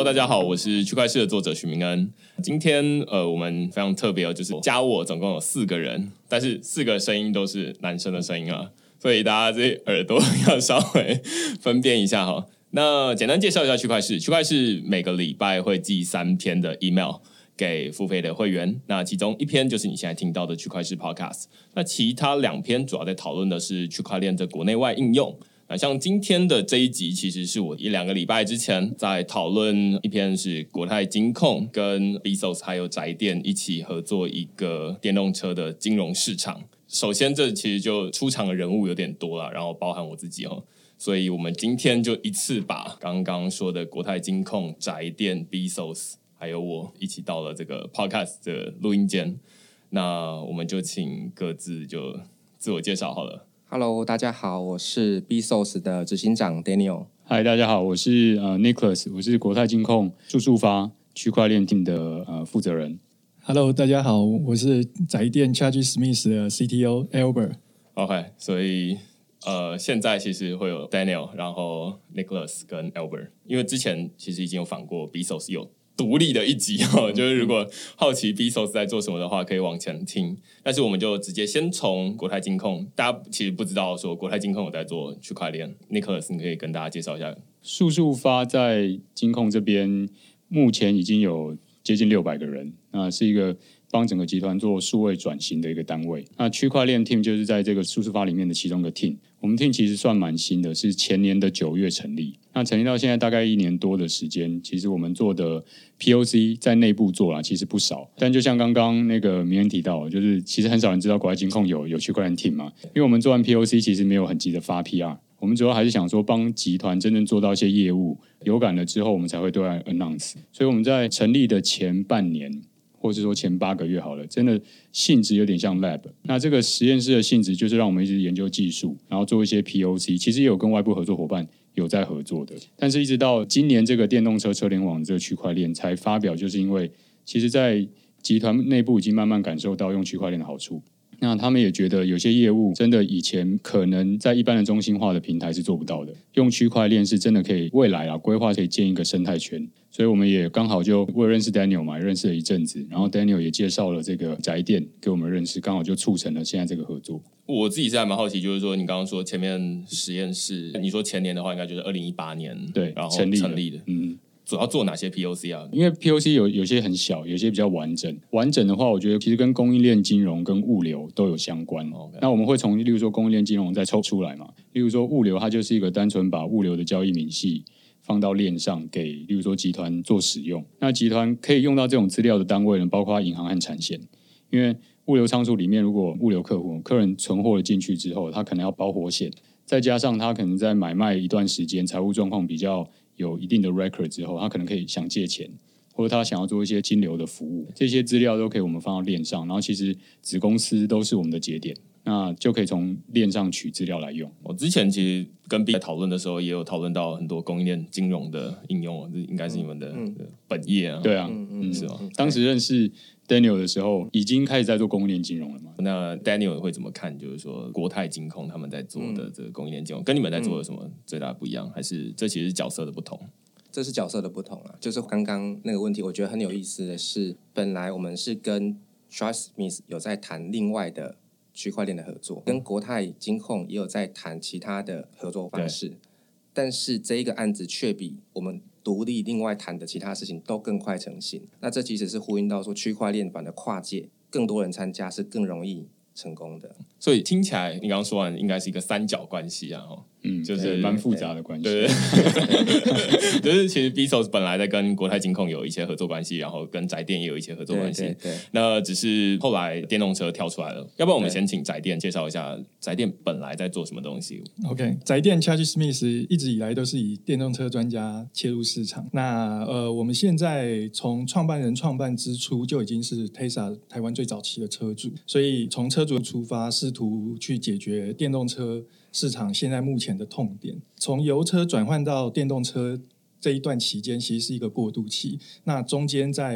Hello， 大家好，我是区块市的作者许明恩。今天我们非常特别就是加我总共有4个人，但是4个声音都是男生的声音啊，所以大家这耳朵要稍微分辨一下哈。那简单介绍一下区块市，区块市每个礼拜会寄3篇的 email 给付费的会员，那其中1篇就是你现在听到的区块市 Podcast， 那其他2篇主要在讨论的是区块链的国内外应用。像今天的这一集其实是我1-2个礼拜之前在讨论一篇是国泰金控跟 Bezos 还有宅电一起合作一个电动车的金融市场。首先这其实就出场的人物有点多了，然后包含我自己所以我们今天就一次把刚刚说的国泰金控、宅电、Bezos 还有我一起到了这个 Podcast 的录音间。那我们就请各自就自我介绍好了。 Hello， 大家好，我是 Bezos 的执行长 Daniel。 嗨，大家好，我是Nicholas， 我是国泰金控速速发区块链 team 的负责人。 Hello， 大家好，我是宅电 ChargeSmith 的 CTO Albert。OK， 所以现在其实会有 Daniel， 然后 Nicholas 跟 Albert， 因为之前其实已经有访过 Bezos 有独立的一集就是如果好奇 Bezos 在做什么的话，可以往前听。但是我们就直接先从国泰金控，大家其实不知道说国泰金控有在做区块链。Nicholas， 你可以跟大家介绍一下。 速速发在金控这边目前已经有接近600个人，那是一个帮整个集团做数位转型的一个单位。那区块链 team 就是在这个速速发里面的其中一个 team。我们 team 其实算蛮新的，是前年的9月成立。那成立到现在大概1年多的时间，其实我们做的 POC 在内部做啦，其实不少。但就像刚刚那个明恩提到，就是其实很少人知道国泰金控有区块链 team 嘛，因为我们做完 POC 其实没有很急的发 PR， 我们主要还是想说帮集团真正做到一些业务有感了之后，我们才会对外 announce。所以我们在成立的前半年，或是说前8个月好了，真的性质有点像 lab。那这个实验室的性质就是让我们一直研究技术，然后做一些 POC， 其实也有跟外部合作伙伴有在合作的。但是一直到今年这个电动车车联网这个区块链才发表，就是因为其实在集团内部已经慢慢感受到用区块链的好处。那他们也觉得有些业务真的以前可能在一般的中心化的平台是做不到的，用区块链是真的可以未来规划可以建一个生态圈。所以我们也刚好就为了认识 Daniel 嘛，认识了一阵子，然后 Daniel 也介绍了这个宅电给我们认识，刚好就促成了现在这个合作。 我自己是还蛮好奇，就是说你刚刚说前面实验室，你说前年的话应该就是2018年对， 然后成立的。主要做哪些 POC 啊？ 因为 POC 有些很小，有些比较完整。完整的话，我觉得其实跟供应链金融跟物流都有相关。那我们会从例如说供应链金融再抽出来嘛，例如说物流，它就是一个单纯把物流的交易明细放到链上给例如说集团做使用。那集团可以用到这种资料的单位呢，包括银行和产险。因为物流仓储里面，如果物流客人存货了进去之后，他可能要保火险，再加上他可能在买卖一段时间，财务状况比较有一定的 record 之后，他可能可以想借钱，或者他想要做一些金流的服务，这些资料都可以我们放到链上，然后其实子公司都是我们的节点，那就可以从链上取资料来用。 我之前其实跟 B 讨论的时候，也有讨论到很多供应链金融的应用，这应该是你们的本业啊。 对啊， 是吗？ 当时认识 Daniel 的时候，已经开始在做供应链金融了嘛？ 那 Daniel 会怎么看？就是说国泰金控他们在做的这个供应链金融，跟你们在做的什么最大的不一样？还是这其实是角色的不同？ 这是角色的不同啊，就是刚刚那个问题，我觉得很有意思的是，本来我们是跟 ChargeSmith 有在谈另外的区块链的合作，跟国泰金控也有在谈其他的合作方式，但是这一个案子却比我们独立另外谈的其他事情都更快成型。那这其实是呼应到说，区块链版的跨界，更多人参加是更容易成功的。 所以听起来你刚刚说完应该是一个3角关系啊， 就是蛮复杂的关系。 对，就是其实 Bezos 本来在跟国泰金控有一些合作关系，然后跟宅电也有一些合作关系。 对， 那只是后来电动车跳出来了。要不然我们先请宅电介绍一下宅电本来在做什么东西。 OK， 宅电 ChargeSmith 一直以来都是以电动车专家切入市场。那我们现在从创办人创办之初就已经是 Tesla 台湾最早期的车主，所以从车主出发，试图去解决电动车市场现在目前的痛点。从油车转换到电动车这一段期间，其实是一个过渡期。那中间在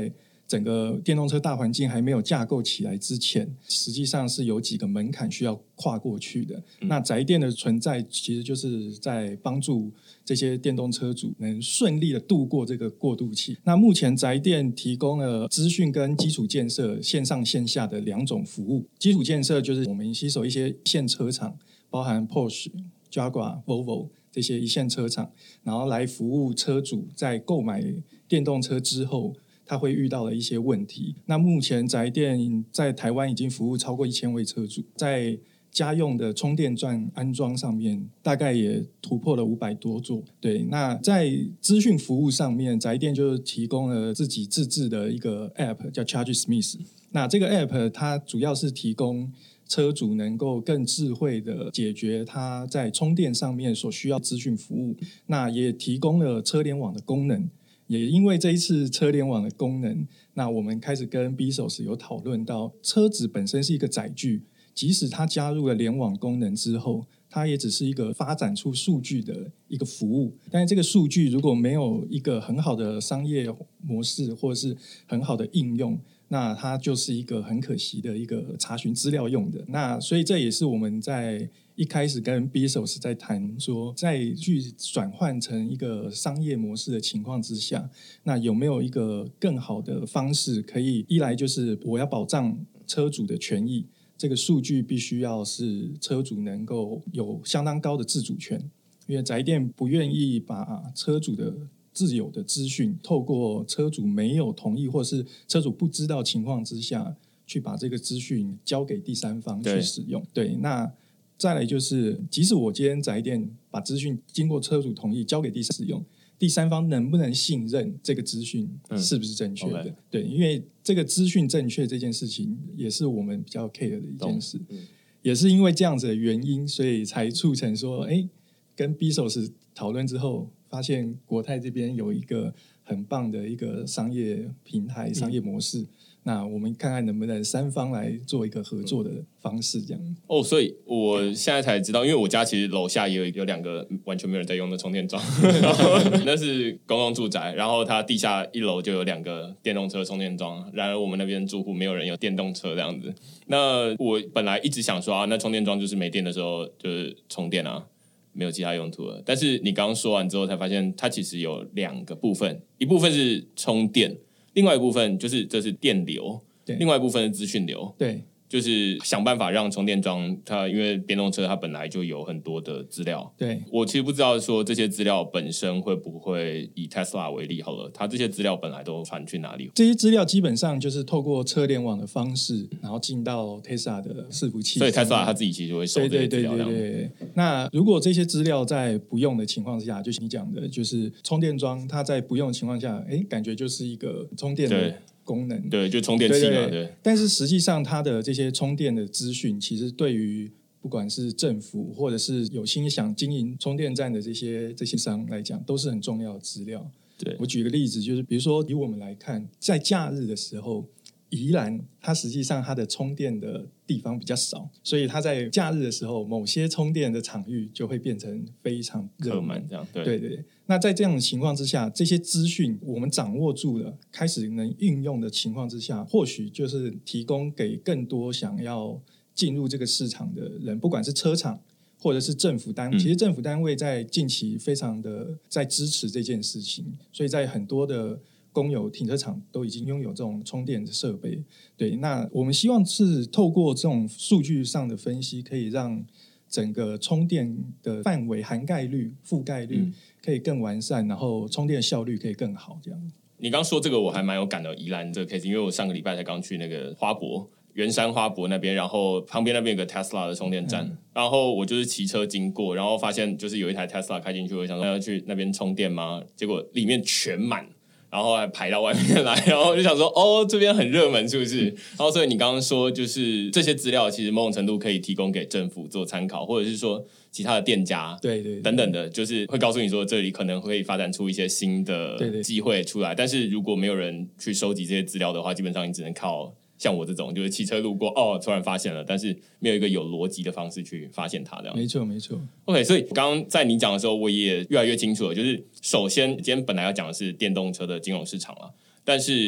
整个电动车大环境还没有架构起来之前，实际上是有几个门槛需要跨过去的。那宅电的存在，其实就是在帮助这些电动车主能顺利的度过这个过渡期。那目前宅电提供了资讯跟基础建设线上线下的2种服务。基础建设就是我们携手一些线车厂，包含 Porsche、Jaguar、Volvo 这些一线车厂，然后来服务车主在购买电动车之后他会遇到的一些问题。那目前宅电在台湾已经服务超过1000位车主，在家用的充电站安装上面大概也突破了500多座。对，那在资讯服务上面，宅电就提供了自己自制的一个 App 叫 ChargeSmith。 那这个 App 它主要是提供车主能够更智慧的解决他在充电上面所需要资讯服务，那也提供了车联网的功能。也因为这一次车联网的功能，那我们开始跟 Bezos 有讨论到，车子本身是一个载具，即使它加入了联网功能之后，它也只是一个发展出数据的一个服务。但是这个数据如果没有一个很好的商业模式或者是很好的应用，那它就是一个很可惜的一个查询资料用的。那所以这也是我们在一开始跟 Bezos 在谈说，在去转换成一个商业模式的情况之下，那有没有一个更好的方式，可以一来就是我要保障车主的权益，这个数据必须要是车主能够有相当高的自主权，因为宅电不愿意把车主的自有的资讯透过车主没有同意或是车主不知道情况之下去把这个资讯交给第三方去使用。 对，那再来就是，即使我今天宅电把资讯经过车主同意交给第三使用，第三方能不能信任这个资讯是不是正确的？对，因为这个资讯正确这件事情也是我们比较 care 的一件事。也是因为这样子的原因，所以才促成说，跟 Bezos 讨论之后，发现国泰这边有一个很棒的一个商业平台、商业模式。那我们看看能不能三方来做一个合作的方式，这样。 所以我现在才知道，因为我家其实楼下也有2个完全没有人在用的充电桩，然后那是公共住宅，然后它地下1楼就有2个电动车充电桩，然而我们那边住户没有人有电动车这样子。那我本来一直想说那充电桩就是没电的时候就是充电啊，没有其他用途了。但是你刚刚说完之后才发现，它其实有2个部分，一部分是充电，另外一部分就是这是电流，另外一部分是资讯流。 对， 就是想办法让充电桩它，因为电动车它本来就有很多的资料。 对， 我其实不知道说这些资料本身会不会以 Tesla 为例好了，它这些资料本来都传去哪里？ 这些资料基本上就是透过车联网的方式，然后进到 Tesla 的伺服器， 所以 Tesla 它自己其实就会收这些资料。 对。那如果这些资料在不用的情况下，就是你讲的，就是充电桩它在不用的情况下，感觉就是一个充电的功能， 对，就充电器嘛，对。 但是实际上，它的这些充电的资讯，其实对于不管是政府或者是有心想经营充电站的这些商来讲，都是很重要的资料。 对， 我举个例子，就是比如说以我们来看，在假日的时候，宜兰它实际上它的充电的地方比较少，所以它在假日的时候，某些充电的场域就会变成非常热门， 这样。 对。那在这样的情况之下，这些资讯我们掌握住了，开始能运用的情况之下，或许就是提供给更多想要进入这个市场的人，不管是车厂或者是政府单位，其实政府单位在近期非常的在支持这件事情，所以在很多的公有停车场都已经拥有这种充电的设备。对，那我们希望是透过这种数据上的分析，可以让整个充电的范围涵盖率、覆盖率可以更完善，然后充电效率可以更好。这样， 你刚说这个我还蛮有感的，宜兰这个 case， 因为我上个礼拜才刚去那个花博。圆山花博那边，然后旁边那边有个 Tesla 的充电站，然后我就是骑车经过，然后发现就是有一台 Tesla 开进去，我想说要去那边充电吗？结果里面全满，然后还排到外面来，然后就想说这边很热门是不是？然后所以你刚刚说就是这些资料其实某种程度可以提供给政府做参考，或者是说其他的店家对等等的，就是会告诉你说这里可能会发展出一些新的机会出来，但是如果没有人去收集这些资料的话，基本上你只能靠像我这种就是骑车路过突然发现了，但是没有一个有逻辑的方式去发现它。这样没错没错。 OK， 所以刚刚在你讲的时候我也越来越清楚了，就是首先今天本来要讲的是电动车的金融市场了，但是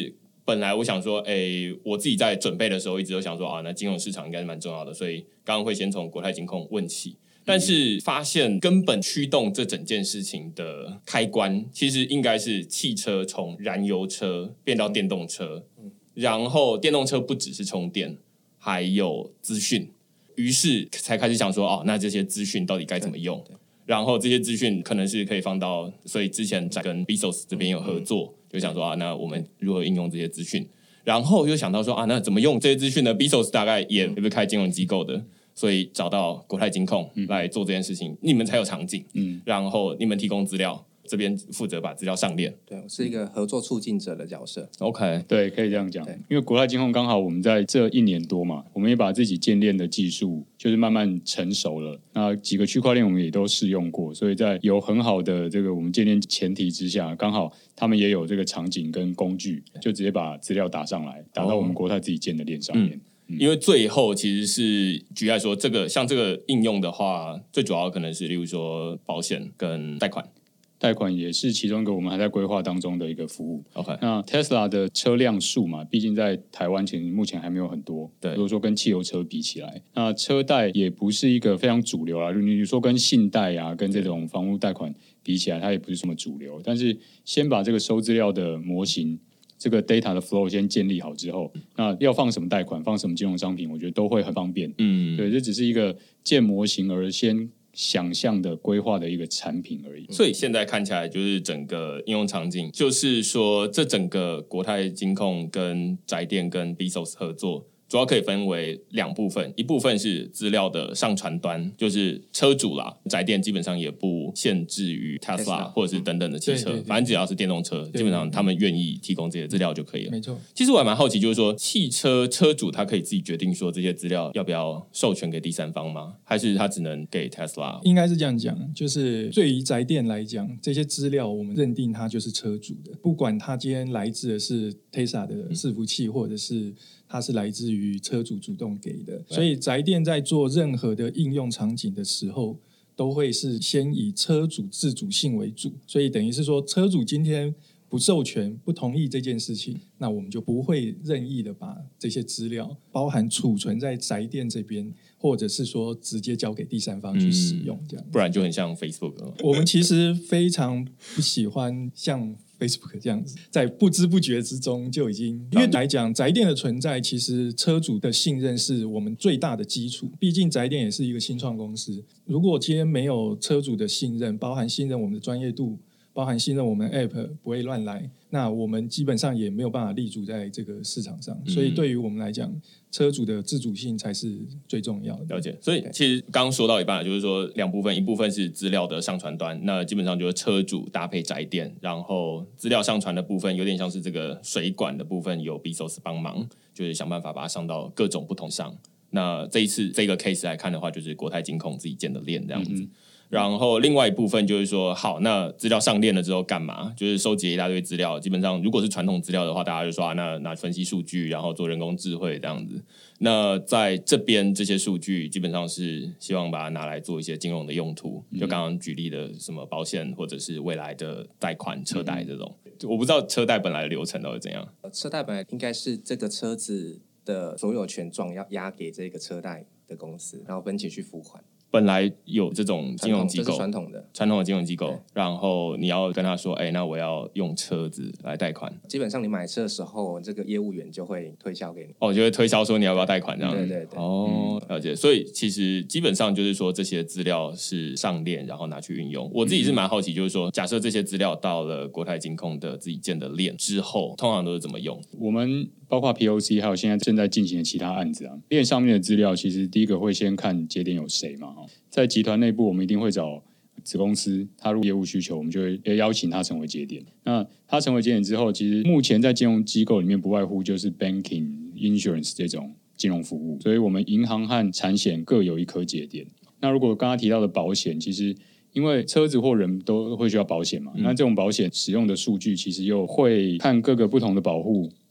本来我想说，我自己在准备的时候一直都想说那金融市场应该是蛮重要的，所以刚刚会先从国泰金控问起。但是发现根本驱动这整件事情的开关，其实应该是汽车从燃油车变到电动车，然后电动车不只是充电，还有资讯，于是才开始想说，那这些资讯到底该怎么用？然后这些资讯可能是可以放到，所以之前在跟 Bezos 这边有合作，就想说那我们如何应用这些资讯？然后又想到说那怎么用这些资讯呢 ？Bezos 大概也是开金融机构的。所以找到国泰金控来做这件事情，你们才有场景，然后你们提供资料，这边负责把资料上链。 对，我是一个合作促进者的角色。 OK， 对，可以这样讲。因为国泰金控刚好我们在这1年多嘛，我们也把自己建链的技术就是慢慢成熟了。那几个区块链我们也都试用过，所以在有很好的这个我们建链前提之下，刚好他们也有这个场景跟工具，就直接把资料打上来，打到我们国泰自己建的链上面。 因为最后其实是举例来说，像这个应用的话，最主要可能是例如说保险跟贷款。 贷款也是其中一个我们还在规划当中的一个服务。 OK， 那 Tesla 的车辆数嘛，毕竟在台湾其实目前还没有很多。 对， 如果说跟汽油车比起来，那车贷也不是一个非常主流啦。你说跟信贷啊，跟这种房屋贷款比起来，它也不是什么主流。但是先把这个收资料的模型。这个 data 的 flow 先建立好之后，那要放什么贷款，放什么金融商品，我觉得都会很方便。对，这只是一个建模型而先想象的规划的一个产品而已。 所以现在看起来就是整个应用场景，就是说这整个国泰金控跟宅电跟 Bezos 合作。主要可以分为2部分，一部分是资料的上传端，就是车主啦，宅电基本上也不限制于 Tesla 或者是等等的汽车，反正只要是电动车，基本上他们愿意提供这些资料就可以了。 没错。 其实我还蛮好奇，就是说汽车车主他可以自己决定说这些资料要不要授权给第三方吗？还是他只能给 Tesla？ 应该是这样讲，就是对于宅电来讲，这些资料我们认定它就是车主的，不管他今天来自的是 Tesla 的伺服器，或者是它是来自于车主主动给的，所以宅电在做任何的应用场景的时候，都会是先以车主自主性为主，所以等于是说车主今天不授权、不同意这件事情，那我们就不会任意的把这些资料包含储存在宅电这边，或者是说直接交给第三方去使用，这样不然就很像 Facebook 了。 我们其实非常不喜欢像Facebook 这样子，在不知不觉之中就已经，因为来讲宅电的存在，其实车主的信任是我们最大的基础。毕竟宅电也是一个新创公司，如果今天没有车主的信任，包含信任我们的专业度，包含信任我们 App 不会乱来，那我们基本上也没有办法立足在这个市场上。所以对于我们来讲，车主的自主性才是最重要的。 了解。所以其实刚刚说到一半，就是说2部分，一部分是资料的上传端，那基本上就是车主搭配宅电，然后资料上传的部分有点像是这个水管的部分，有 Bezos 帮忙，就是想办法把它上到各种不同上。那这一次这个 case 来看的话，就是国泰金控自己建的链这样子。然后另外一部分就是说，好，那资料上链了之后干嘛？就是收集一大堆资料，基本上如果是传统资料的话，大家就说那拿分析数据，然后做人工智慧这样子。那在这边这些数据基本上是希望把它拿来做一些金融的用途，就刚刚举例的什么保险或者是未来的贷款、车贷这种。我不知道车贷本来的流程到底怎样。 车贷本来应该是这个车子的所有权状要押给这个车贷的公司，然后分期去付款。 本来有这种金融机构， 这是传统的金融机构，然后你要跟他说，那我要用车子来贷款。 基本上你买车的时候，这个业务员就会推销给你， 就会推销说你要不要贷款这样。 对。 了解。所以其实基本上就是说这些资料是上链，然后拿去运用。我自己是蛮好奇，就是说假设这些资料到了国泰金控的自己建的链之后，通常都是怎么用？ 我们包括 POC 还有现在正在进行的其他案子啊，链上面的资料其实第一个会先看节点有谁嘛。在集团内部，我们一定会找子公司，他如果业务需求，我们就会邀请他成为节点。那他成为节点之后，其实目前在金融机构里面不外乎就是 banking、insurance 这种金融服务，所以我们银行和产险各有一颗节点。那如果刚刚提到的保险，其实因为车子或人都会需要保险嘛，那这种保险使用的数据其实又会看各个不同的保护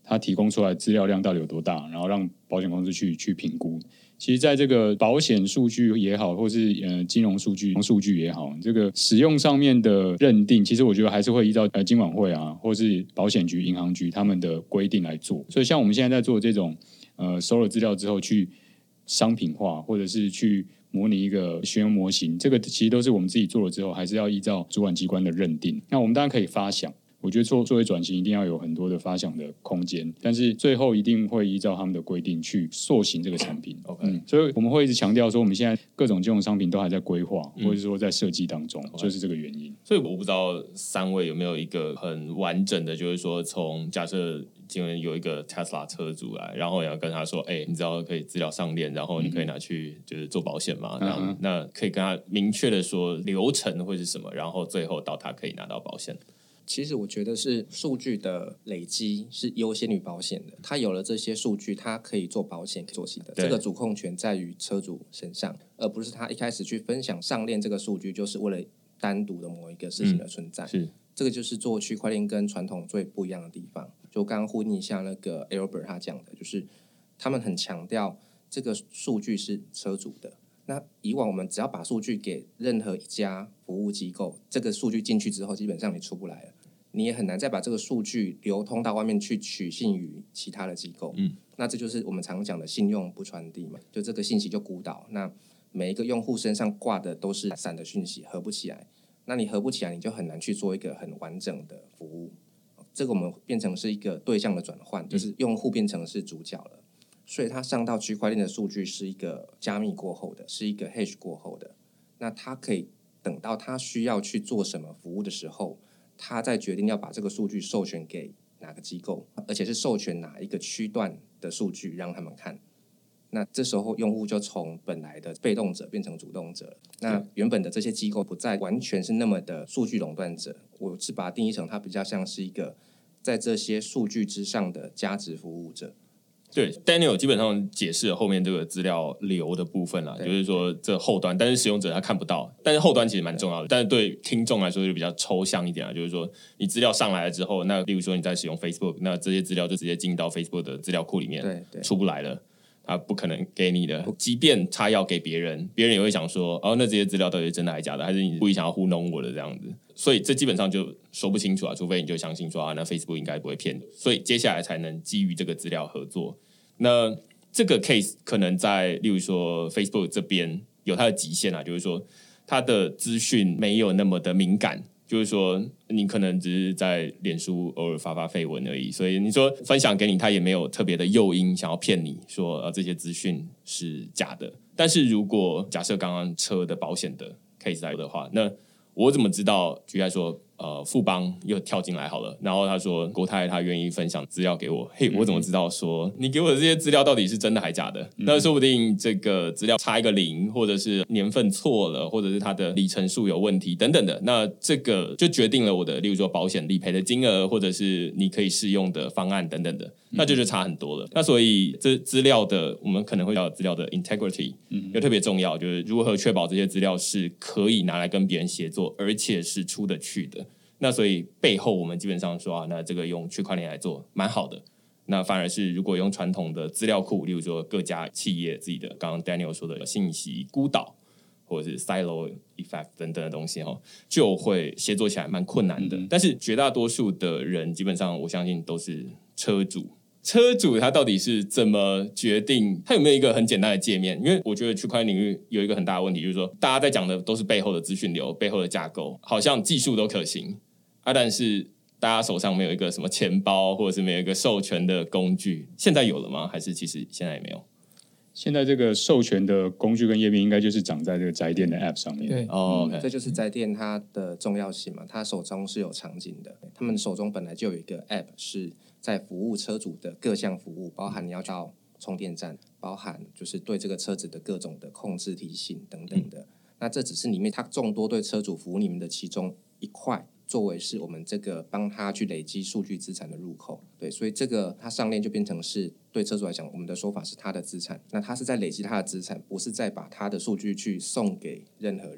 它提供出来的资料量到底有多大，然后让保险公司去评估。其实在这个保险数据也好，或是金融数据也好，这个使用上面的认定，其实我觉得还是会依照金管会啊，或是保险局、银行局他们的规定来做。所以像我们现在在做这种收了资料之后去商品化，或者是去模拟一个学员模型，这个其实都是我们自己做了之后，还是要依照主管机关的认定。那我们当然可以发想。我觉得作为转型一定要有很多的发想的空间，但是最后一定会依照他们的规定去塑形这个产品。所以我们会一直强调说，我们现在各种金融商品都还在规划，或者说在设计当中，就是这个原因。 所以我不知道三位有没有一个很完整的，就是说从假设今天有一个 Tesla 车主来，然后要跟他说，你知道可以资料上链，然后你可以拿去就是做保险嘛？那可以跟他明确的说流程会是什么，然后最后到他可以拿到保险。 其实我觉得是数据的累积是优先于保险的，他有了这些数据，他可以做保险做起的，这个主控权在于车主身上，而不是他一开始去分享上链这个数据，就是为了单独的某一个事情的存在。 是这个就是做区块链跟传统最不一样的地方。就刚刚呼应一下那个 Albert 他讲的，就是他们很强调这个数据是车主的。那以往我们只要把数据给任何一家服务机构，这个数据进去之后，基本上你出不来了，你也很难再把这个数据流通到外面去取信于其他的机构。那这就是我们常讲的信用不传递嘛，就这个信息就孤岛，那每一个用户身上挂的都是散的讯息，合不起来。那你合不起来，你就很难去做一个很完整的服务。这个我们变成是一个对象的转换，就是用户变成是主角了。所以它上到区块链的数据是一个加密过后的，是一个 hash 过后的。那它可以等到它需要去做什么服务的时候，它再决定要把这个数据授权给哪个机构，而且是授权哪一个区段的数据让他们看。那这时候用户就从本来的被动者变成主动者。那原本的这些机构不再完全是那么的数据垄断者，我是把它定义成它比较像是一个在这些数据之上的价值服务者。 对 ，Daniel 基本上解释了后面这个资料流的部分啦，就是说这后端，但是使用者他看不到，但是后端其实蛮重要的，但是对听众来说就比较抽象一点啊，就是说你资料上来了之后，那例如说你在使用 Facebook， 那这些资料就直接进到 Facebook 的资料库里面， 对， 出不来了。他不可能给你的，即便他要给别人，别人也会想说，那这些资料到底是真的还是假的，还是你故意想要糊弄我的这样子？所以这基本上就说不清楚啊，除非你就相信说那 Facebook 应该不会骗你，所以接下来才能基于这个资料合作。那这个 case 可能在例如说 Facebook 这边有它的极限啊，就是说它的资讯没有那么的敏感。就是说，你可能只是在脸书偶尔发绯闻而已，所以你说分享给你，他也没有特别的诱因想要骗你说这些资讯是假的。但是如果假设刚刚车的保险的 case 来的话，那我怎么知道？举例来说，富邦又跳进来好了，然后他说国泰他愿意分享资料给我，我怎么知道说你给我的这些资料到底是真的还假的？那说不定这个资料差一个0，或者是年份错了，或者是它的里程数有问题等等的，那这个就决定了我的，例如说保险理赔的金额，或者是你可以适用的方案等等的，那就差很多了。那所以这资料的，我们可能会聊资料的 integrity，又特别重要，就是如何确保这些资料是可以拿来跟别人协作，而且是出得去的。那所以背后我们基本上说那这个用区块链来做蛮好的。那反而是如果用传统的资料库，例如说各家企业自己的，刚刚 Daniel 说的信息孤岛或者是 silo effect 等等的东西就会协作起来蛮困难的。但是绝大多数的人基本上我相信都是车主。车主他到底是怎么决定？他有没有一个很简单的界面？因为我觉得区块链领域有一个很大的问题，就是说大家在讲的都是背后的资讯流、背后的架构，好像技术都可行但是大家手上没有一个什么钱包，或者是没有一个授权的工具。现在有了吗？还是其实现在也没有？ 现在这个授权的工具跟页面应该就是长在这个宅电的 App 上面。 对 ，OK， 这就是宅电它的重要性嘛。它手中是有场景的，他们手中本来就有一个 App 是在服务车主的各项服务，包含你要到充电站，包含就是对这个车子的各种的控制提醒等等的。那这只是里面它众多对车主服务里面的其中一块，作为是我们这个帮他去累积数据资产的入口。对，所以这个它上链就变成是对车主来讲，我们的说法是他的资产。那他是在累积他的资产，不是在把他的数据去送给任何人。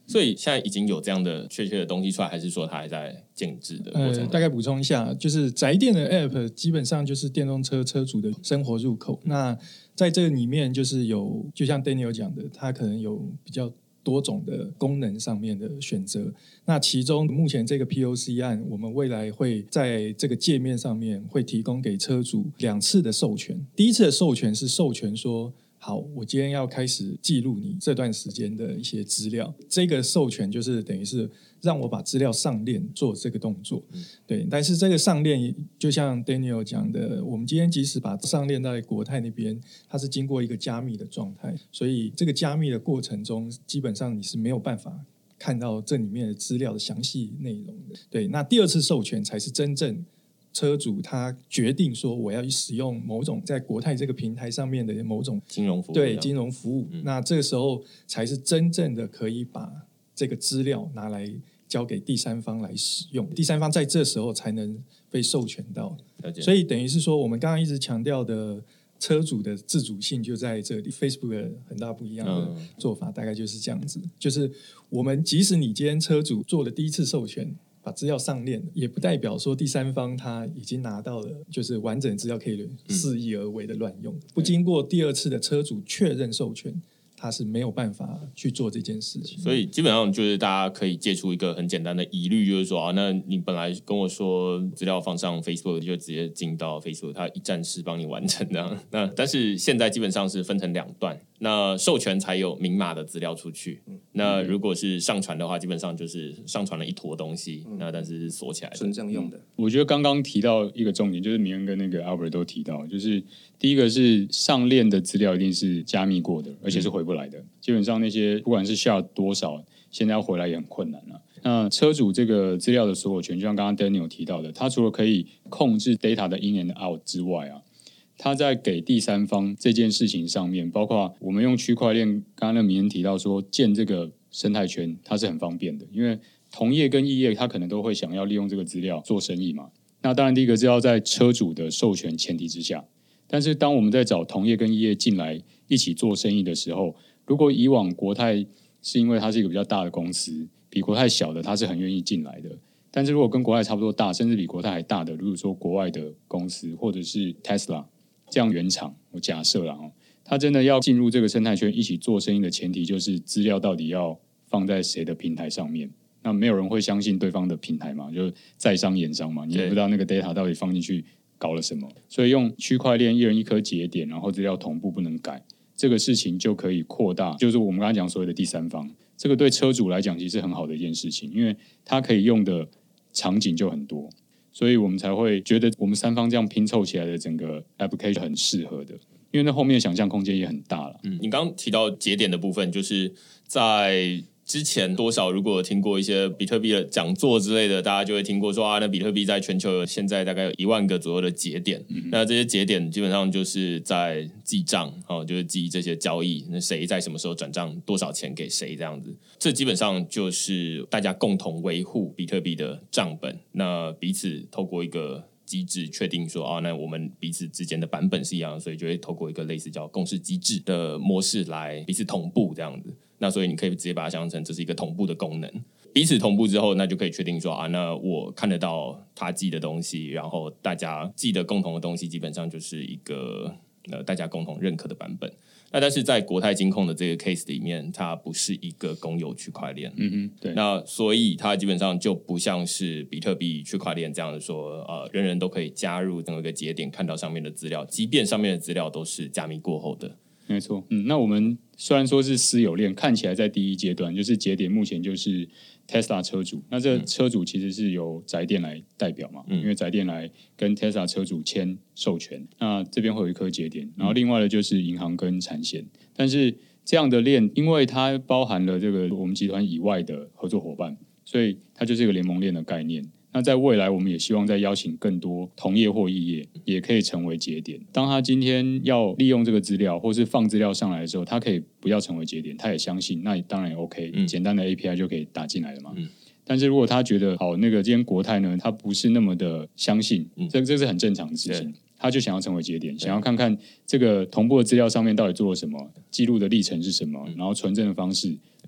所以现在已经有这样的确切的东西出来，还是说它还在建制的过程中？ 大概补充一下，就是宅电的 App 基本上就是电动车车主的生活入口。那在这里面就是有，就像 Daniel 讲的，它可能有比较多种的功能上面的选择。那其中目前这个 POC 案，我们未来会在这个界面上面会提供给车主2次的授权。第一次的授权是授权说，好，我今天要开始记录你这段时间的一些资料。这个授权就是等于是让我把资料上链做这个动作。对，但是这个上链就像 Daniel 讲的，我们今天即使把上链在国泰那边，它是经过一个加密的状态，所以这个加密的过程中，基本上你是没有办法看到这里面的资料的详细内容的。对，那第2次授权才是真正车主他决定说我要使用某种在国泰这个平台上面的某种金融服务， 对金融服务，那这个时候才是真正的可以把这个资料拿来交给第三方来使用，第三方在这时候才能被授权到。所以等于是说，我们刚刚一直强调的车主的自主性就在这里。Facebook 的很大不一样的做法，大概就是这样子，就是我们即使你今天车主做了第1次授权，把资料上链，也不代表说第三方他已经拿到了就是完整资料可以肆意而为的乱用，不经过第2次的车主确认授权，他是没有办法去做这件事情。 所以基本上就是大家可以借出一个很简单的疑虑，就是说啊，那你本来跟我说资料放上 Facebook 就直接进到 Facebook， 它一站式帮你完成的。那但是现在基本上是分成2段，那授权才有明码的资料出去。那如果是上传的话，基本上就是上传了一坨东西，那但是锁起来的， 纯正用的。 我觉得刚刚提到一个重点，就是明恩跟那个 Albert 都提到，就是第一个是上链的资料一定是加密过的，而且是回不来的。基本上那些不管是下多少，现在要回来也很困难了。那车主这个资料的所有权，就像刚刚 Daniel 提到的，他除了可以控制 data 的 in and out 之外啊，他在给第三方这件事情上面，包括我们用区块链，刚刚那明恩提到说建这个生态圈，它是很方便的，因为同业跟异业他可能都会想要利用这个资料做生意嘛。那当然第一个是要在车主的授权前提之下，但是当我们在找同业跟异业进来一起做生意的时候，如果以往国泰是因为它是一个比较大的公司，比国泰小的它是很愿意进来的，但是如果跟国泰差不多大，甚至比国泰还大的，如果说国外的公司或者是 Tesla 这样原厂，我假设啦，他真的要进入这个生态圈一起做生意的前提，就是资料到底要放在谁的平台上面。那没有人会相信对方的平台嘛，就是在商言商嘛，你也不知道那个 data 到底放进去搞了什么，所以用区块链一人一颗节点，然后资料同步不能改，这个事情就可以扩大，就是我们刚才讲所谓的第三方，这个对车主来讲其实很好的一件事情，因为它可以用的场景就很多，所以我们才会觉得我们三方这样拼凑起来的整个 application 很适合的，因为那后面的想象空间也很大了。 你刚刚提到节点的部分，就是在之前多少如果有听过一些比特币的讲座之类的，大家就会听过说啊，那比特币在全球现在大概有1万个左右的节点，那这些节点基本上就是在记账，就是记这些交易，那谁在什么时候转账多少钱给谁这样子，这基本上就是大家共同维护比特币的账本，那彼此透过一个机制确定说啊，那我们彼此之间的版本是一样的，所以就会透过一个类似叫共识机制的模式来彼此同步这样子。那所以你可以直接把它想象成这是一个同步的功能，彼此同步之后，那就可以确定说啊，那我看得到他记的东西，然后大家记的共同的东西，基本上就是一个大家共同认可的版本。那但是在国泰金控的这个 case 里面，它不是一个公有区块链， 对。 那所以它基本上就不像是比特币区块链这样的说，人人都可以加入任何一个节点，看到上面的资料，即便上面的资料都是加密过后的。 没错，那我们虽然说是私有链，看起来在第一阶段就是节点，目前就是 Tesla 车主，那这车主其实是由宅电来代表嘛，因为宅电来跟 Tesla 车主签授权，那这边会有一颗节点，然后另外的就是银行跟产险，但是这样的链，因为它包含了这个我们集团以外的合作伙伴，所以它就是一个联盟链的概念。那在未来，我们也希望再邀请更多同业或异业，也可以成为节点。当他今天要利用这个资料，或是放资料上来的时候，他可以不要成为节点，他也相信，那当然也 OK，简单的 API 就可以打进来了嘛。但是如果他觉得好，那个今天国泰呢，他不是那么的相信，这是很正常的事情。他就想要成为节点，想要看看这个同步的资料上面到底做了什么，记录的历程是什么，然后存证的方式，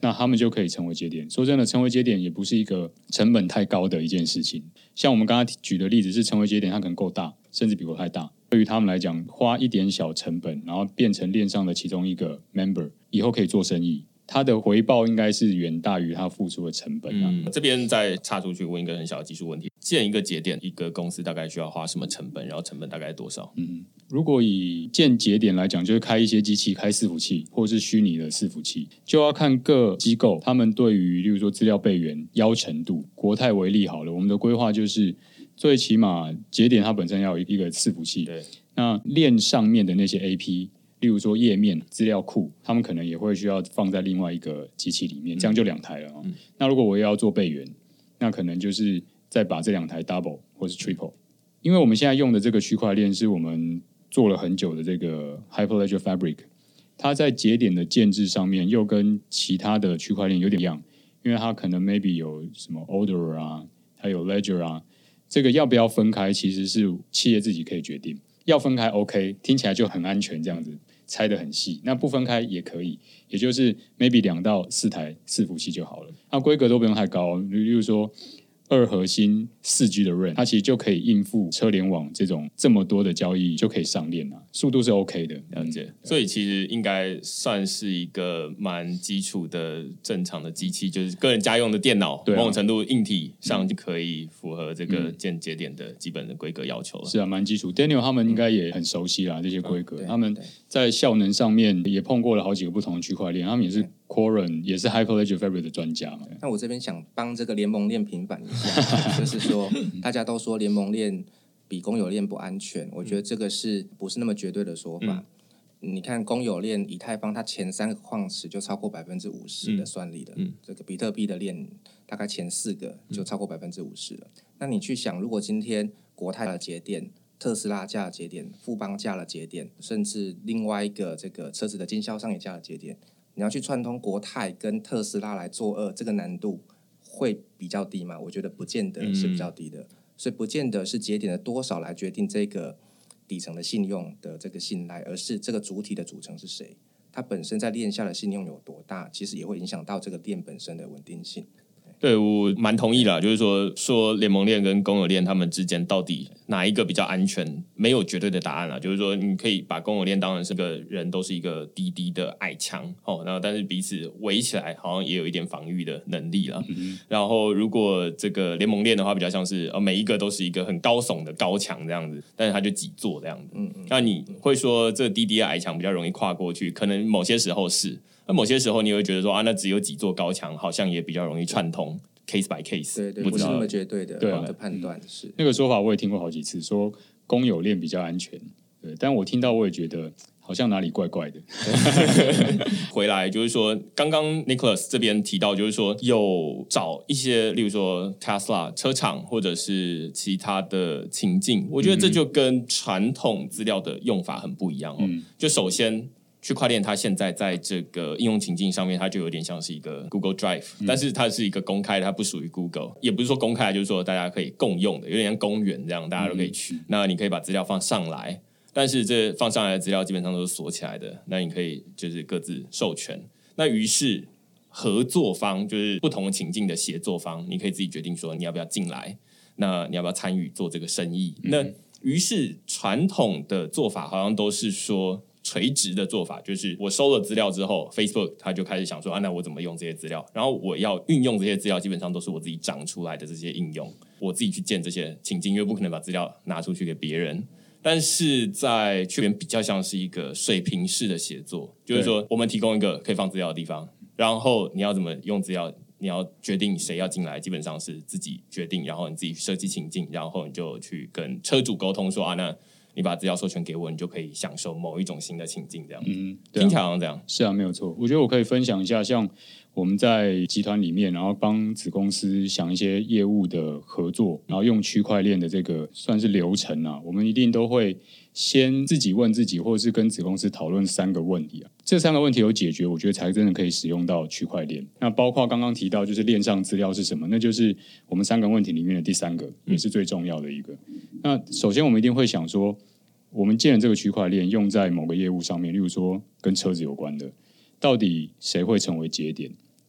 那他们就可以成为节点。说真的，成为节点也不是一个成本太高的一件事情。像我们刚刚举的例子是成为节点，它可能够大，甚至比我太大。对于他们来讲，花一点小成本，然后变成链上的其中一个 member， 以后可以做生意，它的回报应该是远大于它付出的成本这边再插出去问一个很小的技术问题：建一个节点，一个公司大概需要花什么成本？然后成本大概多少？ 如果以建节点来讲，就是开一些机器，开伺服器，或者是虚拟的伺服器，就要看各机构他们对于例如说资料备援要程度。国泰为例好了，我们的规划就是最起码节点它本身要有一个伺服器， 对， 那链上面的那些 AP，例如说页面资料库，他们可能也会需要放在另外一个机器里面，这样就2台了那如果我也要做备援，那可能就是再把这2台 double 或是 triple。因为我们现在用的这个区块链是我们做了很久的这个 Hyperledger Fabric， 它在节点的建制上面又跟其他的区块链有点一样，因为它可能 maybe 有什么 order 啊，还有 ledger 啊，这个要不要分开其实是企业自己可以决定。要分开 OK， 听起来就很安全，这样子拆得很细。那不分开也可以，也就是 maybe 2到4台伺服器就好了。那规格都不用太高，例如说2核心4G 的 RAM， 它其实就可以应付车联网这么多的交易就可以上链了，速度是 OK 的。 了解。所以其实应该算是一个蛮基础的正常的机器，就是个人家用的电脑，某种程度硬体上就可以符合这个建节点的基本的规格要求了。 是啊，蛮基础。Daniel 他们应该也很熟悉啦，这些规格。他们在效能上面也碰过了好几个不同的区块链，他们也是 Quorum， 也是 Hyperledger Fabric 的专家。 那我这边想帮这个联盟链平反一下，就是说大家都说联盟链比公有链不安全，我觉得这个是不是那么绝对的说法？你看公有链以太坊，它前3个矿池就超过50%的算力了，这个比特币的链大概前4个就超过50%了。那你去想，如果今天国泰的节点、特斯拉架的节点、富邦架的节点，甚至另外一个这个车子的经销商也架的节点，你要去串通国泰跟特斯拉来作恶，这个难度会比较低吗？我觉得不见得是比较低的，所以不见得是节点的多少来决定这个底层的信用的这个信赖，而是这个主体的组成是谁，它本身在链下的信用有多大，其实也会影响到这个链本身的稳定性。 对，我蛮同意啦，就是说联盟链跟公有链他们之间到底哪一个比较安全，没有绝对的答案啦。就是说，你可以把公有链当然是个人都是一个低低的矮墙然后但是彼此围起来好像也有一点防御的能力啦。然后如果这个联盟链的话，比较像是每一个都是一个很高耸的高墙这样子，但是它就几座这样子。那你会说这低低的矮墙比较容易跨过去，可能某些时候是。那某些时候你会觉得说那只有几座高墙，好像也比较容易串通 ，case by case， 对，不是那么绝对的的判断是那个说法，我也听过好几次，说公有链比较安全，对，但我听到我也觉得好像哪里怪怪的。 回来就是说，刚刚 Nicholas 这边提到，就是说有找一些，例如说 Tesla 车厂或者是其他的情境，我觉得这就跟传统资料的用法很不一样就首先。区块链它现在在这个应用情境上面，它就有点像是一个 Google Drive，但是它是一个公开的，它不属于 Google， 也不是说公开，就是说大家可以共用的，有点像公园这样，大家都可以去。那你可以把资料放上来，但是这放上来的资料基本上都是锁起来的，那你可以就是各自授权。那于是合作方就是不同情境的协作方，你可以自己决定说你要不要进来，那你要不要参与做这个生意。那于是传统的做法好像都是说。垂直的做法就是我收了资料之后 Facebook 他就开始想说那我怎么用这些资料，然后我要运用这些资料基本上都是我自己长出来的这些应用，我自己去建这些情境，因为不可能把资料拿出去给别人。但是在区块链比较像是一个水平式的协作，就是说我们提供一个可以放资料的地方，然后你要怎么用资料，你要决定谁要进来，基本上是自己决定，然后你自己设计情境，然后你就去跟车主沟通说那你把资料授权给我，你就可以享受某一种新的情境，这样听起来好像这样。 是啊，没有错。我觉得我可以分享一下，像我们在集团里面，然后帮子公司想一些业务的合作，然后用区块链的这个算是流程我们一定都会先自己问自己，或者是跟子公司讨论3个问题这3个问题有解决，我觉得才真的可以使用到区块链。那包括刚刚提到，就是链上资料是什么，那就是我们3个问题里面的第3个，也是最重要的一个。那首先我们一定会想说，我们建了这个区块链用在某个业务上面，例如说跟车子有关的，到底谁会成为节点？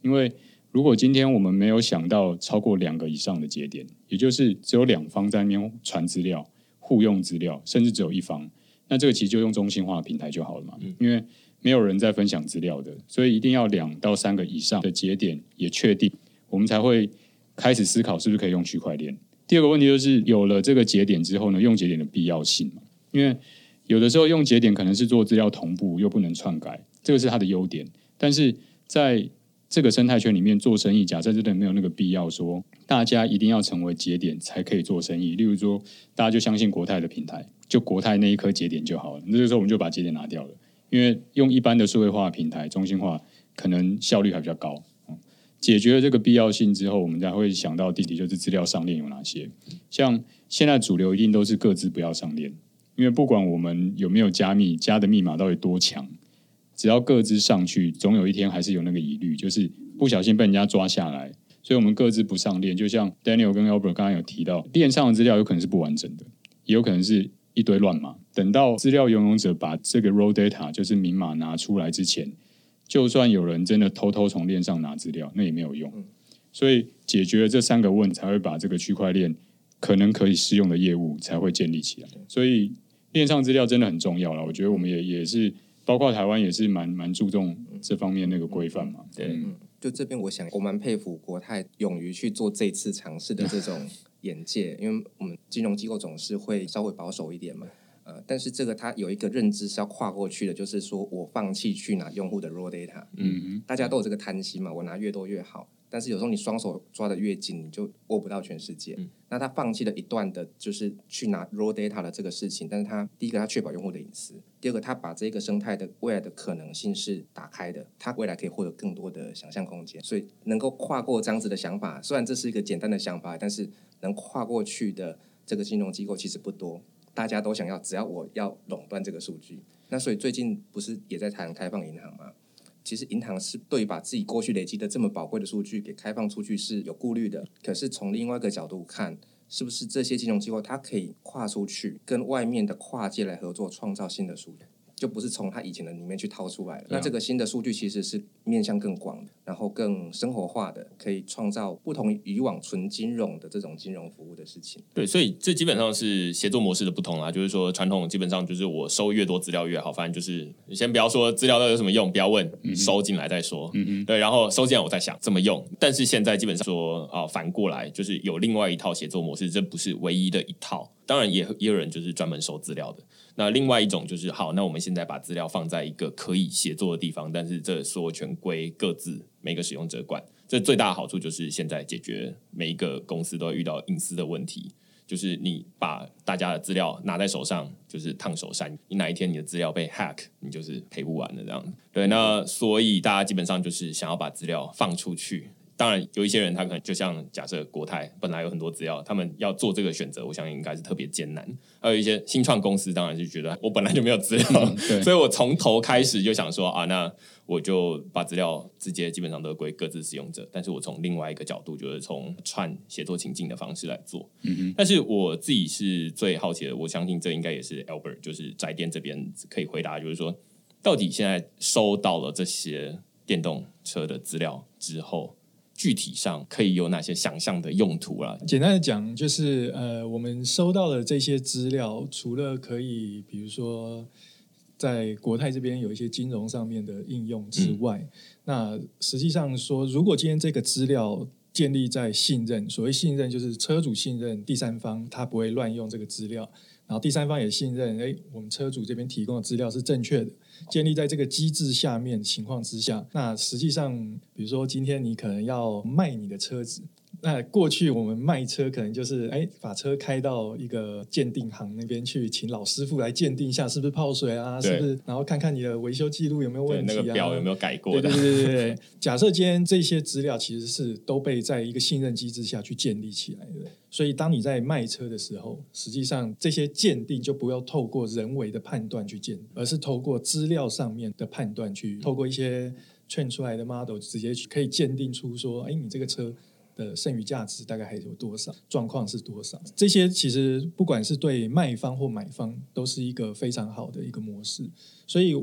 因为如果今天我们没有想到超过2个以上的节点，也就是只有2方在那边传资料、互用资料，甚至只有一方，那这个其实就用中心化的平台就好了嘛。因为没有人在分享资料的，所以一定要2到3个以上的节点也确定，我们才会开始思考是不是可以用区块链。第二个问题就是有了这个节点之后呢，用节点的必要性嘛，因为有的时候用节点可能是做资料同步，又不能篡改，这个是它的优点。但是在这个生态圈里面做生意，假设真的没有那个必要说大家一定要成为节点才可以做生意，例如说大家就相信国泰的平台，就国泰那一颗节点就好了，那这个时候我们就把节点拿掉了，因为用一般的数位化平台中心化可能效率还比较高。解决了这个必要性之后，我们才会想到第几就是资料上链有哪些。像现在主流一定都是各自不要上链，因为不管我们有没有加密，加的密码到底多强，只要各自上去，总有一天还是有那个疑虑，就是不小心被人家抓下来。所以我们各自不上链，就像 Daniel 跟 Albert 刚刚有提到，链上的资料有可能是不完整的，也有可能是一堆乱码。等到资料拥有者把这个 raw data 就是明码拿出来之前，就算有人真的偷偷从链上拿资料，那也没有用。所以解决了这3个问题，才会把这个区块链可能可以适用的业务才会建立起来。所以链上资料真的很重要了。我觉得我们也是，包括台湾也是蛮注重这方面那个规范嘛。 对，就这边我蛮佩服国泰勇于去做这次尝试的这种眼界，因为我们金融机构总是会稍微保守一点嘛。但是这个它有一个认知是要跨过去的，就是说我放弃去拿用户的 raw data，大家都有这个贪心嘛，我拿越多越好。但是有时候你双手抓得越紧，你就握不到全世界。那他放弃了一段的，就是去拿 raw data 的这个事情。但是他第一个，他确保用户的隐私；第二个，他把这个生态的未来的可能性是打开的，他未来可以获得更多的想象空间。所以能够跨过这样子的想法，虽然这是一个简单的想法，但是能跨过去的这个金融机构其实不多。大家都想要，只要我要垄断这个数据。那所以最近不是也在谈开放银行吗？其实银行是对把自己过去累积的这么宝贵的数据给开放出去是有顾虑的。可是从另外一个角度看，是不是这些金融机构它可以跨出去，跟外面的跨界来合作，创造新的数据？就不是从他以前的里面去掏出来的。那这个新的数据其实是面向更广的，然后更生活化的，可以创造不同于以往纯金融的这种金融服务的事情。 对，所以这基本上是协作模式的不同啦。就是说，传统基本上就是我收越多资料越好，反正就是先不要说资料到底有什么用，不要问，收进来再说。对，然后收进来我再想怎么用。但是现在基本上说反过来就是有另外一套协作模式，这不是唯一的一套。当然也有人就是专门收资料的。那另外一种就是好，那我们现在把资料放在一个可以协作的地方，但是这所有权归各自每个使用者管。这最大的好处就是现在解决每一个公司都会遇到隐私的问题，就是你把大家的资料拿在手上就是烫手山，你哪一天你的资料被 hack， 你就是赔不完的这样。对，那所以大家基本上就是想要把资料放出去。当然有一些人他可能就像假设国泰本来有很多资料，他们要做这个选择，我相信应该是特别艰难。还有一些新创公司当然就觉得我本来就没有资料，所以我从头开始就想说那我就把资料直接基本上都归各自使用者，但是我从另外一个角度就是从串协作情境的方式来做。但是我自己是最好奇的，我相信这应该也是 Albert 就是宅店这边可以回答，就是说到底现在收到了这些电动车的资料之后，具体上可以有哪些想象的用途啦？ 简单的讲，就是我们收到的这些资料，除了可以比如说在国泰这边有一些金融上面的应用之外，那实际上说，如果今天这个资料建立在信任，所谓信任就是车主信任第三方他不会乱用这个资料，然后第三方也信任我们车主这边提供的资料是正确的，建立在这个机制下面情况之下，那实际上比如说今天你可能要卖你的车子，那过去我们卖车可能就是把车开到一个鉴定行那边去，请老师傅来鉴定一下是不是泡水啊，是不是，然后看看你的维修记录有没有问题啊， 那个表有没有改过的。 对。假设今天这些资料其实是都被在一个信任机制下去建立起来的，所以当你在卖车的时候，实际上这些鉴定就不要透过人为的判断去鉴定，而是透过资料上面的判断去，透过一些train出来的 model 直接可以鉴定出说你这个车的剩余价值大概还有多少，状况是多少，这些其实不管是对卖方或买方都是一个非常好的一个模式。所以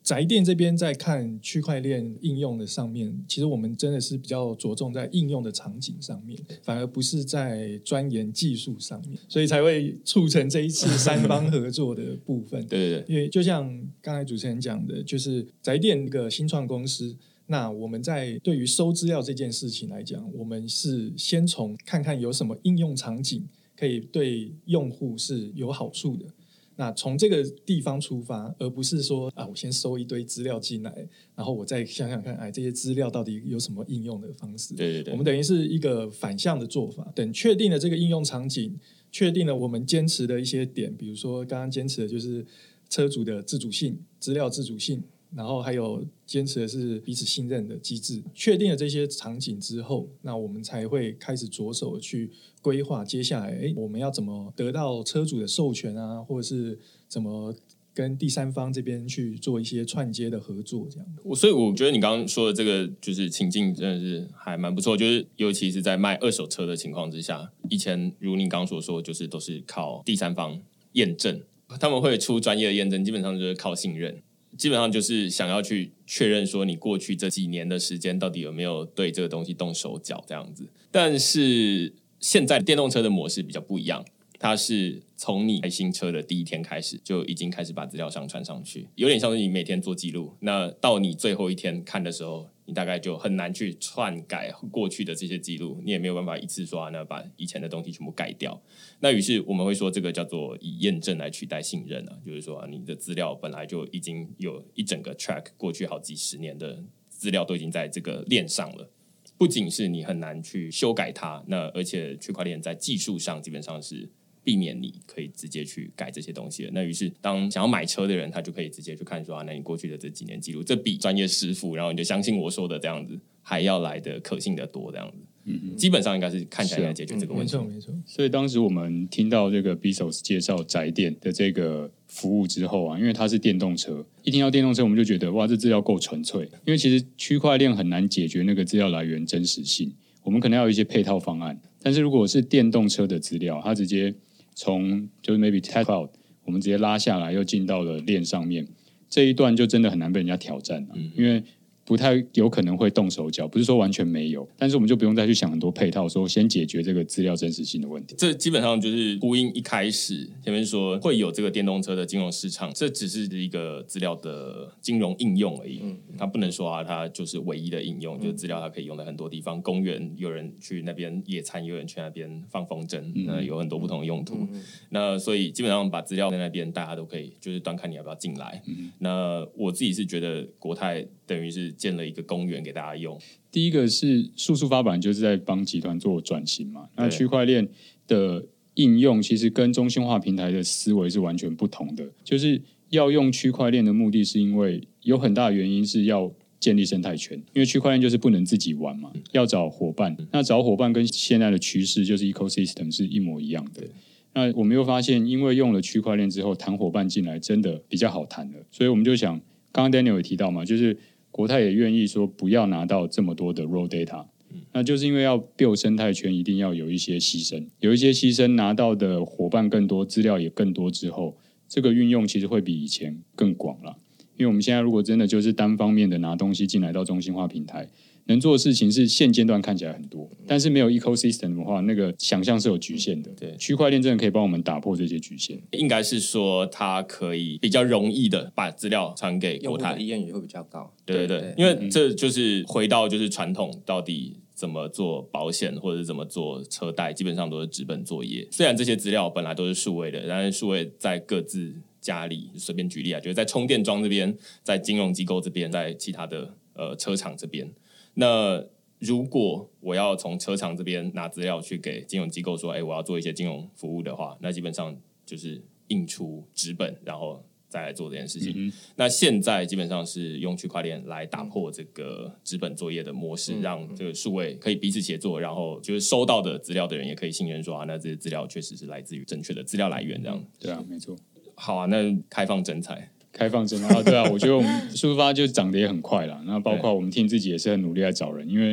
宅电这边在看区块链应用的上面，其实我们真的是比较着重在应用的场景上面，反而不是在钻研技术上面，所以才会促成这一次三方合作的部分。 对对对， 因为就像刚才主持人讲的，就是宅电一个新创公司，那我们在对于收资料这件事情来讲，我们是先从看看有什么应用场景可以对用户是有好处的。那从这个地方出发，而不是说我先收一堆资料进来，然后我再想想看，这些资料到底有什么应用的方式。 对对对， 我们等于是一个反向的做法。等确定了这个应用场景，确定了我们坚持的一些点，比如说刚刚坚持的就是车主的自主性、资料自主性，然后还有坚持的是彼此信任的机制。确定了这些场景之后，那我们才会开始着手去规划接下来我们要怎么得到车主的授权啊，或者是怎么跟第三方这边去做一些串接的合作这样。 所以我觉得你刚刚说的这个就是情境真的是还蛮不错，就是尤其是在卖二手车的情况之下，以前如你刚刚所说，就是都是靠第三方验证，他们会出专业的验证，基本上就是靠信任，基本上就是想要去确认说你过去这几年的时间到底有没有对这个东西动手脚这样子。但是现在电动车的模式比较不一样，它是从你开新车的第一天开始就已经开始把资料上传上去，有点像是你每天做记录，那到你最后一天看的时候，你大概就很难去篡改过去的这些记录，你也没有办法一次说那把以前的东西全部改掉。那于是我们会说这个叫做以验证来取代信任啊，就是说你的资料本来就已经有一整个 track 过去好几十年的资料都已经在这个链上了，不仅是你很难去修改它，那而且区块链在技术上基本上是避免你可以直接去改这些东西的。那于是当想要买车的人，他就可以直接去看说那你过去的这几年记录，这比专业师傅然后你就相信我说的这样子还要来的可信的多这样子。基本上应该是看起来来解决这个问题。 没错。 所以当时我们听到这个 Bezos 介绍宅电的这个服务之后啊，因为它是电动车，一听到电动车我们就觉得哇，这资料够纯粹。因为其实区块链很难解决那个资料来源真实性，我们可能要有一些配套方案。但是如果是电动车的资料，它直接从就是 maybe Tesla Cloud 我们直接拉下来又进到了链上面，这一段就真的很难被人家挑战了。因为不太有可能会动手脚，不是说完全没有，但是我们就不用再去想很多配套，说先解决这个资料真实性的问题。 这基本上就是呼应一开始前面说会有这个电动车的金融市场，这只是一个资料的金融应用而已。它不能说它就是唯一的应用，就是资料它可以用在很多地方。公园有人去那边野餐，有人去那边放风筝，那有很多不同的用途。那所以基本上把资料在那边，大家都可以就是端看你要不要进来。那我自己是觉得国泰等于是建了一个公园给大家用。 第一个是数数发版就是在帮集团做转型嘛，那区块链的应用其实跟中心化平台的思维是完全不同的，就是要用区块链的目的是因为有很大的原因是要建立生态圈，因为区块链就是不能自己玩嘛，要找伙伴。那找伙伴跟现在的趋势就是 ecosystem 是一模一样的。那我们又发现，因为用了区块链之后，谈伙伴进来真的比较好谈了，所以我们就想，刚刚 Daniel 也提到嘛，就是国泰也愿意说不要拿到这么多的 raw data，那就是因为要 build 生态圈，一定要有一些牺牲，有一些牺牲，拿到的伙伴更多，资料也更多之后，这个运用其实会比以前更广了。因为我们现在如果真的就是单方面的拿东西进来到中心化平台，能做的事情是现阶段看起来很多，但是没有 ecosystem 的话，那个想象是有局限的。对，区块链真的可以帮我们打破这些局限。 应该是说，它可以比较容易的把资料传给国泰， 用户的意愿也会比较高。 对对对，因为这就是回到就是传统到底怎么做保险或者是怎么做车贷，基本上都是纸本作业。虽然这些资料本来都是数位的，但是数位在各自家里，随便举例啊，就是在充电桩这边，在金融机构这边，在其他的车厂这边。那如果我要从车厂这边拿资料去给金融机构说，我要做一些金融服务的话，那基本上就是印出纸本，然后再来做这件事情。那现在基本上是用区块链来打破这个纸本作业的模式，让这个数位可以彼此协作，然后就是收到的资料的人也可以信任说那这些资料确实是来自于正确的资料来源，这样。 对啊，没错。 好啊，那开放征才。 开放征对啊，我觉得我们数发就涨得也很快啦。那包括我们team自己也是很努力在找人，因为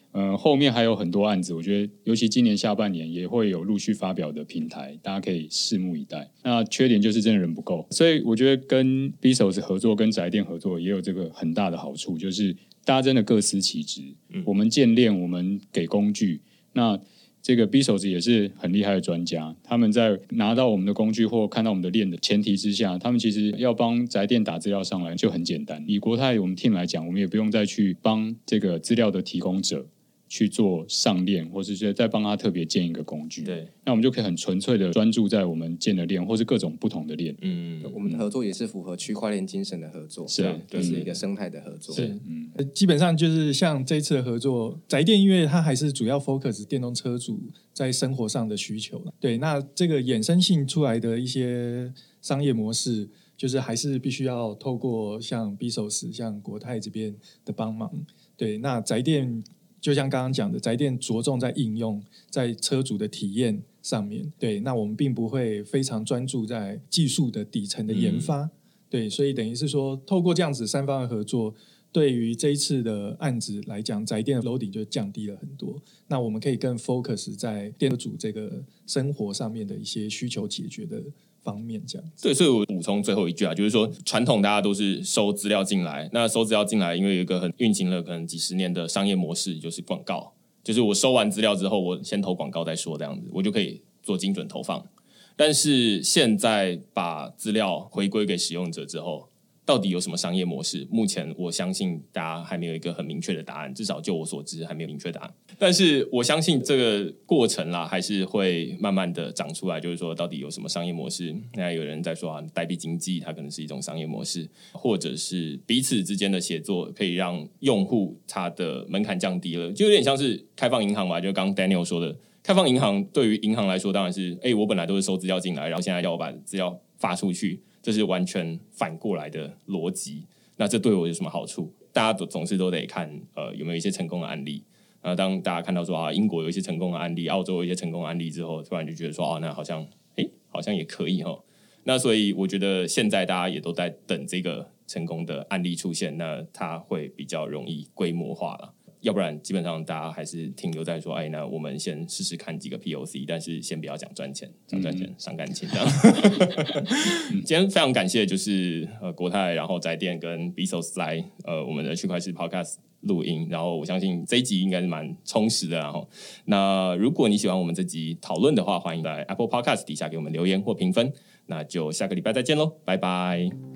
后面还有很多案子，我觉得尤其今年下半年也会有陆续发表的平台，大家可以拭目以待。那缺点就是真的人不够，所以我觉得跟 Bezos 合作、跟宅店合作也有这个很大的好处，就是大家真的各司其职。我们建链，我们给工具，那这个 Bezos 也是很厉害的专家，他们在拿到我们的工具或看到我们的链的前提之下，他们其实要帮宅店打资料上来就很简单。以国泰我们 team 来讲，我们也不用再去帮这个资料的提供者去做上链，或是再帮他特别建一个工具。 对， 那我们就可以很纯粹的专注在我们建的链，或是各种不同的链。 我们的合作也是符合区块链精神的合作， 是啊， 就是一个生态的合作。 是，基本上就是像这一次的合作，宅店因为它还是主要 focus 电动车主在生活上的需求，对，那这个衍生性出来的一些商业模式，就是还是必须要透过像 Bezos、像国泰这边的帮忙。对，那宅店就像刚刚讲的，宅店着重在应用，在车主的体验上面。对，那我们并不会非常专注在技术的底层的研发。对，所以等于是说，透过这样子三方的合作，对于这一次的案子来讲，宅店的 loading 就降低了很多。那我们可以更 focus 在店主这个生活上面的一些需求解决的方面，这样子。 对，所以我补充最后一句啊，就是说传统大家都是收资料进来，那收资料进来，因为有一个很运行了可能几十年的商业模式，就是广告，就是我收完资料之后，我先投广告再说，这样子我就可以做精准投放。但是现在把资料回归给使用者之后，到底有什么商业模式？目前我相信大家还没有一个很明确的答案，至少就我所知还没有明确答案。但是我相信这个过程啦，还是会慢慢的长出来，就是说到底有什么商业模式？那有人在说啊，代币经济它可能是一种商业模式，或者是彼此之间的协作可以让用户他的门槛降低了，就有点像是开放银行吧，就刚刚 Daniel 说的。开放银行对于银行来说当然是，我本来都是收资料进来，然后现在要我把资料发出去，这是完全反过来的逻辑。那这对我有什么好处？大家总是都得看有没有一些成功的案例。当大家看到说啊，英国有一些成功的案例，澳洲有一些成功的案例之后，突然就觉得说那好像也可以齁。那所以我觉得现在大家也都在等这个成功的案例出现，那它会比较容易规模化了。要不然基本上大家还是停留在说，那我们先试试看几个 POC， 但是先不要讲赚钱，讲赚钱伤感情这样。今天非常感谢就是国泰，然后宅店跟 Bezos 来我们的区块市 Podcast 录音，然后我相信这一集应该是蛮充实的。然后那如果你喜欢我们这集讨论的话，欢迎在 Apple Podcast 底下给我们留言或评分。那就下个礼拜再见喽，拜拜。